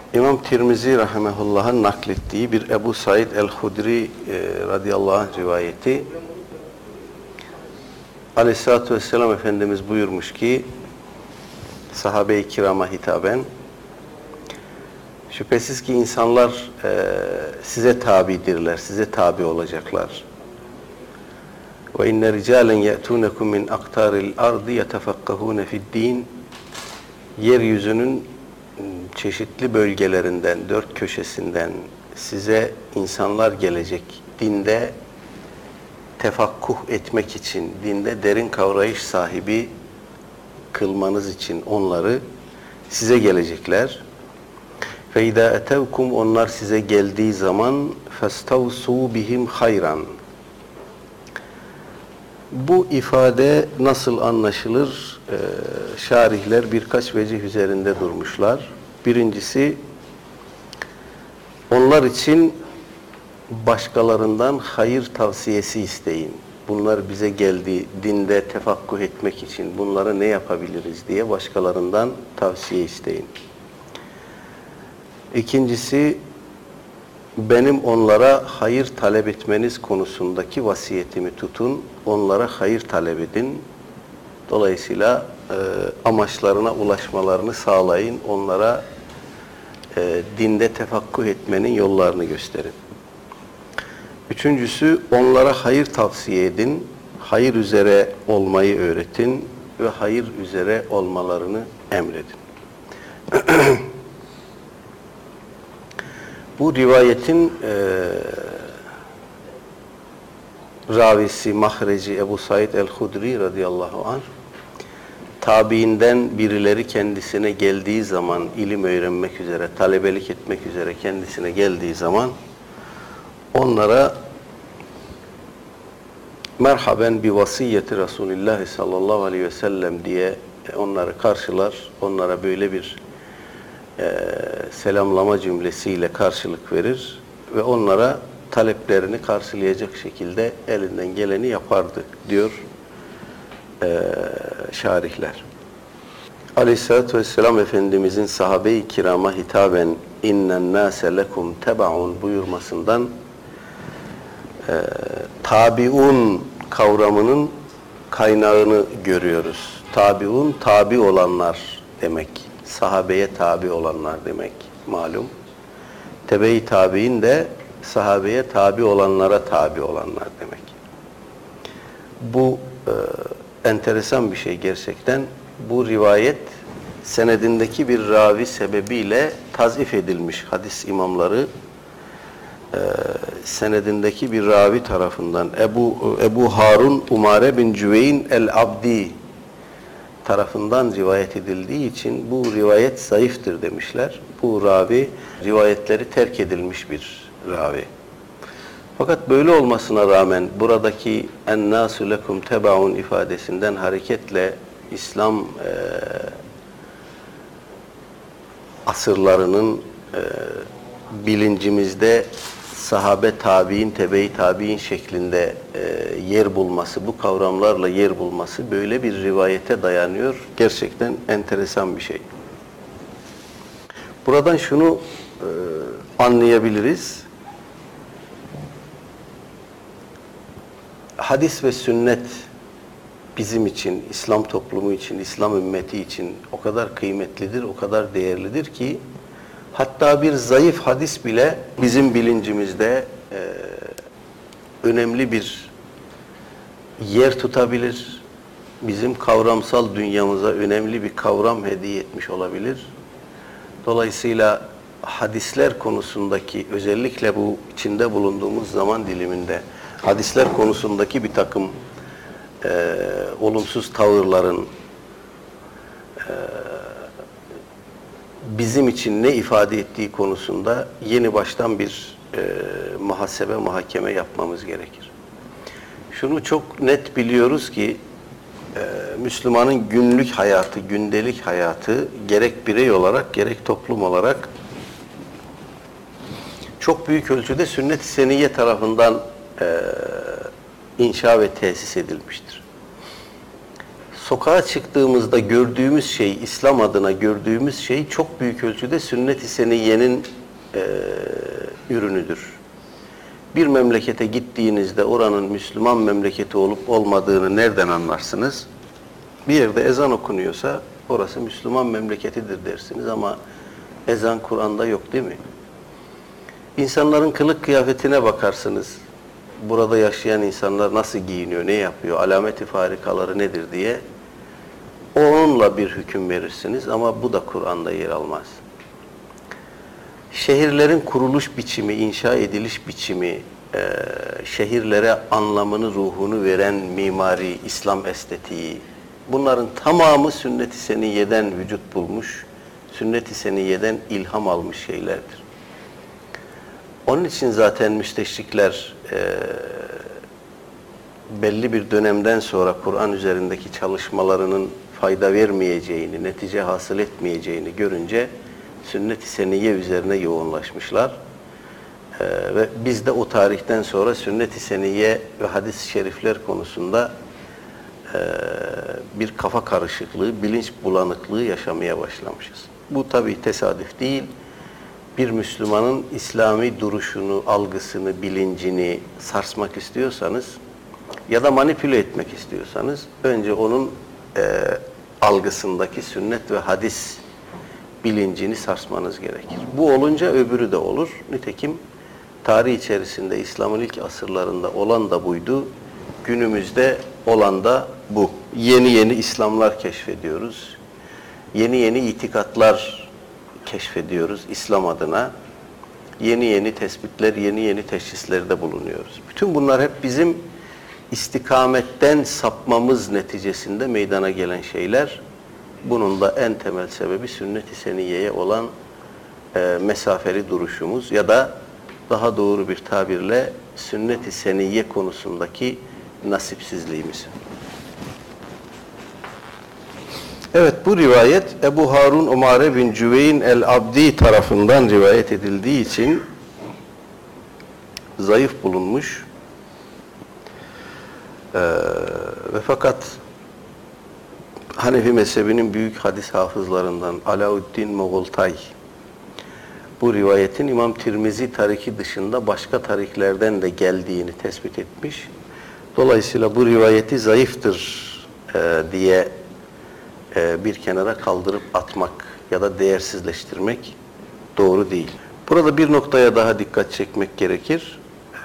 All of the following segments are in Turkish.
İmam Tirmizi rahimehullah'ın naklettiği bir Ebu Said el-Hudri radıyallahu anh rivayeti. Aleyhisselatü vesselam Efendimiz buyurmuş ki sahabe-i kirama hitaben, şüphesiz ki insanlar size tabidirler, size tabi olacaklar. Ve inne ricalen ye'tunekum min aktaril ardı yetefakkahune fi'd-din. Yeryüzünün çeşitli bölgelerinden, dört köşesinden size insanlar gelecek. Dinde tefakkuh etmek için, dinde derin kavrayış sahibi kılmanız için onları size gelecekler. Ve idâ etevkum, onlar size geldiği zaman festavsû bihim hayran. Bu ifade nasıl anlaşılır? Şarihler birkaç vecih üzerinde durmuşlar. Birincisi, onlar için başkalarından hayır tavsiyesi isteyin. Bunlar bize geldi, dinde tefakkuh etmek için bunları ne yapabiliriz diye başkalarından tavsiye isteyin. İkincisi, benim onlara hayır talep etmeniz konusundaki vasiyetimi tutun, onlara hayır talep edin. Dolayısıyla amaçlarına ulaşmalarını sağlayın, onlara dinde tefakkuh etmenin yollarını gösterin. Üçüncüsü, onlara hayır tavsiye edin, hayır üzere olmayı öğretin ve hayır üzere olmalarını emredin. Bu rivayetin ravisi, mahreci Ebu Said el-Hudri radıyallahu anh, tabiinden birileri kendisine geldiği zaman, ilim öğrenmek üzere, talebelik etmek üzere kendisine geldiği zaman onlara merhaben bi vasiyeti Resulullah sallallahu aleyhi ve sellem diye onları karşılar, onlara böyle bir selamlama cümlesiyle karşılık verir ve onlara taleplerini karşılayacak şekilde elinden geleni yapardı diyor şarihler. Aleyhisselatü vesselam Efendimizin sahabe-i kirama hitaben innen nâse lekum tebaun buyurmasından tabiun kavramının kaynağını görüyoruz. Tabiun, tabi olanlar demek. Sahabeye tabi olanlar demek malum. Tebe-i tabiin de sahabeye tabi olanlara tabi olanlar demek. Bu enteresan bir şey gerçekten. Bu rivayet senedindeki bir ravi sebebiyle tazif edilmiş hadis imamları senedindeki bir ravi tarafından Ebu Harun Umare bin Cüveyn el-Abdi tarafından rivayet edildiği için bu rivayet zayıftır demişler. Bu ravi rivayetleri terk edilmiş bir ravi. Fakat böyle olmasına rağmen buradaki en-nâsü lekum tebaun ifadesinden hareketle İslam asırlarının bilincimizde sahabe tabi'in, tebe-i tabi'in şeklinde yer bulması, bu kavramlarla yer bulması böyle bir rivayete dayanıyor. Gerçekten enteresan bir şey. Buradan şunu anlayabiliriz. Hadis ve sünnet bizim için, İslam toplumu için, İslam ümmeti için o kadar kıymetlidir, o kadar değerlidir ki hatta bir zayıf hadis bile bizim bilincimizde önemli bir yer tutabilir. Bizim kavramsal dünyamıza önemli bir kavram hediye etmiş olabilir. Dolayısıyla hadisler konusundaki, özellikle bu içinde bulunduğumuz zaman diliminde hadisler konusundaki bir takım olumsuz tavırların bizim için ne ifade ettiği konusunda yeni baştan bir muhasebe, muhakeme yapmamız gerekir. Şunu çok net biliyoruz ki Müslümanın günlük hayatı, gündelik hayatı gerek birey olarak gerek toplum olarak çok büyük ölçüde sünnet-i seniyye tarafından inşa ve tesis edilmiştir. sokağa çıktığımızda gördüğümüz şey, İslam adına gördüğümüz şey çok büyük ölçüde sünnet-i seniyyenin ürünüdür. Bir memlekete gittiğinizde oranın Müslüman memleketi olup olmadığını nereden anlarsınız? Bir yerde ezan okunuyorsa orası Müslüman memleketidir dersiniz ama ezan Kur'an'da yok değil mi? İnsanların kılık kıyafetine bakarsınız. Burada yaşayan insanlar nasıl giyiniyor, ne yapıyor, alameti farikaları nedir diye onunla bir hüküm verirsiniz ama bu da Kur'an'da yer almaz. Şehirlerin kuruluş biçimi, inşa ediliş biçimi, şehirlere anlamını, ruhunu veren mimari, İslam estetiği, bunların tamamı sünnet-i seniyyeden vücut bulmuş, sünnet-i seniyyeden ilham almış şeylerdir. Onun için zaten müsteşrikler belli bir dönemden sonra Kur'an üzerindeki çalışmalarının fayda vermeyeceğini, netice hasıl etmeyeceğini görünce sünnet-i seniyye üzerine yoğunlaşmışlar. Ve biz de o tarihten sonra sünnet-i seniyye ve hadis-i şerifler konusunda bir kafa karışıklığı, bilinç bulanıklığı yaşamaya başlamışız. Bu tabii tesadüf değil. Bir Müslümanın İslami duruşunu, algısını, bilincini sarsmak istiyorsanız ya da manipüle etmek istiyorsanız önce onun algısındaki sünnet ve hadis bilincini sarsmanız gerekir. Bu olunca öbürü de olur. Nitekim tarih içerisinde İslam'ın ilk asırlarında olan da buydu. Günümüzde olan da bu. Yeni yeni İslamlar keşfediyoruz. Yeni yeni itikatlar keşfediyoruz İslam adına. Yeni yeni tespitler, yeni yeni teşhislerde bulunuyoruz. Bütün bunlar hep bizim istikametten sapmamız neticesinde meydana gelen şeyler. Bunun da en temel sebebi sünnet-i seniyyeye olan mesafeli duruşumuz ya da daha doğru bir tabirle sünnet-i seniyye konusundaki nasipsizliğimiz. Evet, bu rivayet Ebu Harun Umare bin Cüveyn el-Abdi tarafından rivayet edildiği için zayıf bulunmuş. Ve fakat Hanefi mezhebinin büyük hadis hafızlarından Alauddin Moğoltay bu rivayetin İmam Tirmizi tariki dışında başka tariklerden de geldiğini tespit etmiş. Dolayısıyla bu rivayeti zayıftır diye bir kenara kaldırıp atmak ya da değersizleştirmek doğru değil. Burada bir noktaya daha dikkat çekmek gerekir.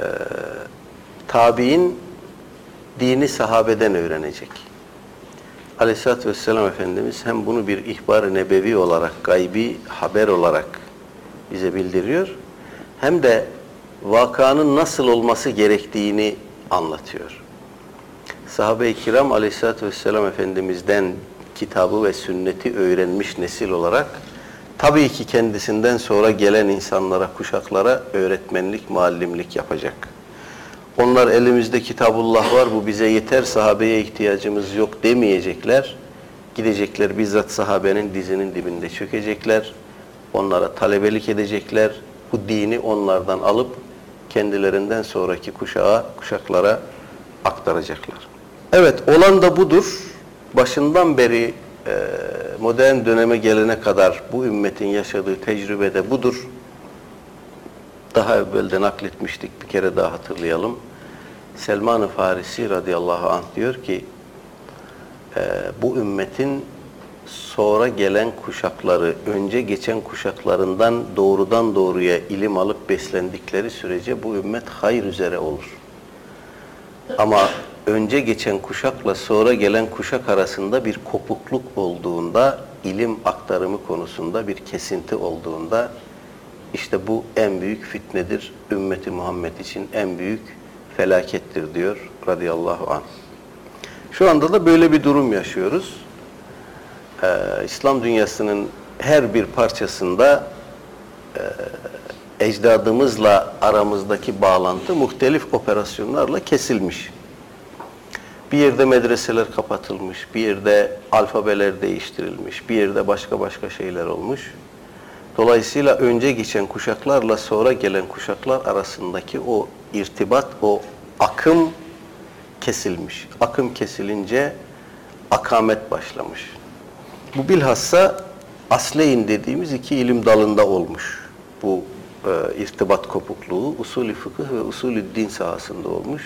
Tabi'in dini sahabeden öğrenecek. Aleyhisselatü Vesselam Efendimiz hem bunu bir ihbar-ı nebevi olarak, gaybi haber olarak bize bildiriyor, hem de vakanın nasıl olması gerektiğini anlatıyor. Sahabe-i kiram Aleyhisselatü Vesselam Efendimiz'den kitabı ve sünneti öğrenmiş nesil olarak tabii ki kendisinden sonra gelen insanlara, kuşaklara öğretmenlik, muallimlik yapacak. Onlar elimizde kitabullah var, bu bize yeter, sahabeye ihtiyacımız yok demeyecekler. Gidecekler bizzat sahabenin dizinin dibinde çökecekler. Onlara talebelik edecekler. Bu dini onlardan alıp kendilerinden sonraki kuşaklara aktaracaklar. Evet, olan da budur. Başından beri modern döneme gelene kadar bu ümmetin yaşadığı tecrübe de budur. Daha evvel de nakletmiştik, bir kere daha hatırlayalım. Selman-ı Farisi radıyallahu anh diyor ki, bu ümmetin sonra gelen kuşakları, önce geçen kuşaklarından doğrudan doğruya ilim alıp beslendikleri sürece bu ümmet hayır üzere olur. Ama önce geçen kuşakla sonra gelen kuşak arasında bir kopukluk olduğunda, ilim aktarımı konusunda bir kesinti olduğunda, işte bu en büyük fitnedir, ümmeti Muhammed için en büyük felakettir diyor radıyallahu anh. Şu anda da böyle bir durum yaşıyoruz. İslam dünyasının her bir parçasında ecdadımızla aramızdaki bağlantı muhtelif operasyonlarla kesilmiş. Bir yerde medreseler kapatılmış, bir yerde alfabeler değiştirilmiş, bir yerde başka şeyler olmuş. Dolayısıyla önce geçen kuşaklarla sonra gelen kuşaklar arasındaki o irtibat, o akım kesilmiş. Akım kesilince akamet başlamış. Bu bilhassa asleyn dediğimiz iki ilim dalında olmuş. Bu irtibat kopukluğu usulü fıkıh ve usulü din sahasında olmuş.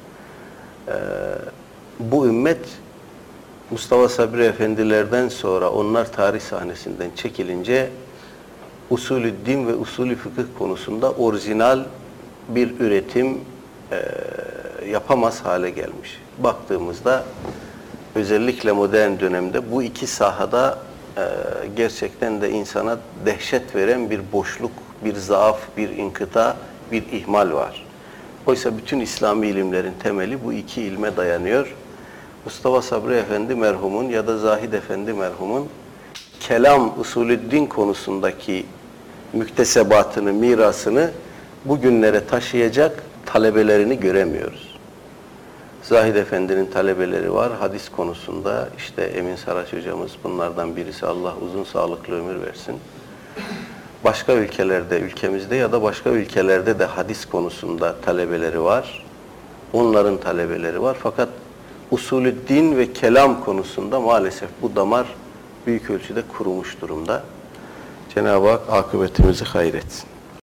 Bu ümmet Mustafa Sabri Efendilerden sonra onlar tarih sahnesinden çekilince usulü din ve usulü fıkıh konusunda orijinal bir üretim yapamaz hale gelmiş. Baktığımızda özellikle modern dönemde bu iki sahada gerçekten de insana dehşet veren bir boşluk, bir zaaf, bir inkıta, bir ihmal var. Oysa bütün İslami ilimlerin temeli bu iki ilme dayanıyor. Mustafa Sabri Efendi merhumun ya da Zahid Efendi merhumun kelam usulüddin konusundaki müktesebatını, mirasını bugünlere taşıyacak talebelerini göremiyoruz. Zahid Efendi'nin talebeleri var. Hadis konusunda işte Emin Saraç hocamız bunlardan birisi. Allah uzun sağlıklı ömür versin. Başka ülkelerde, ülkemizde ya da başka ülkelerde de hadis konusunda talebeleri var. Onların talebeleri var. Fakat usulü din ve kelam konusunda maalesef bu damar büyük ölçüde kurumuş durumda. Cenab-ı Hak akıbetimizi hayretsin.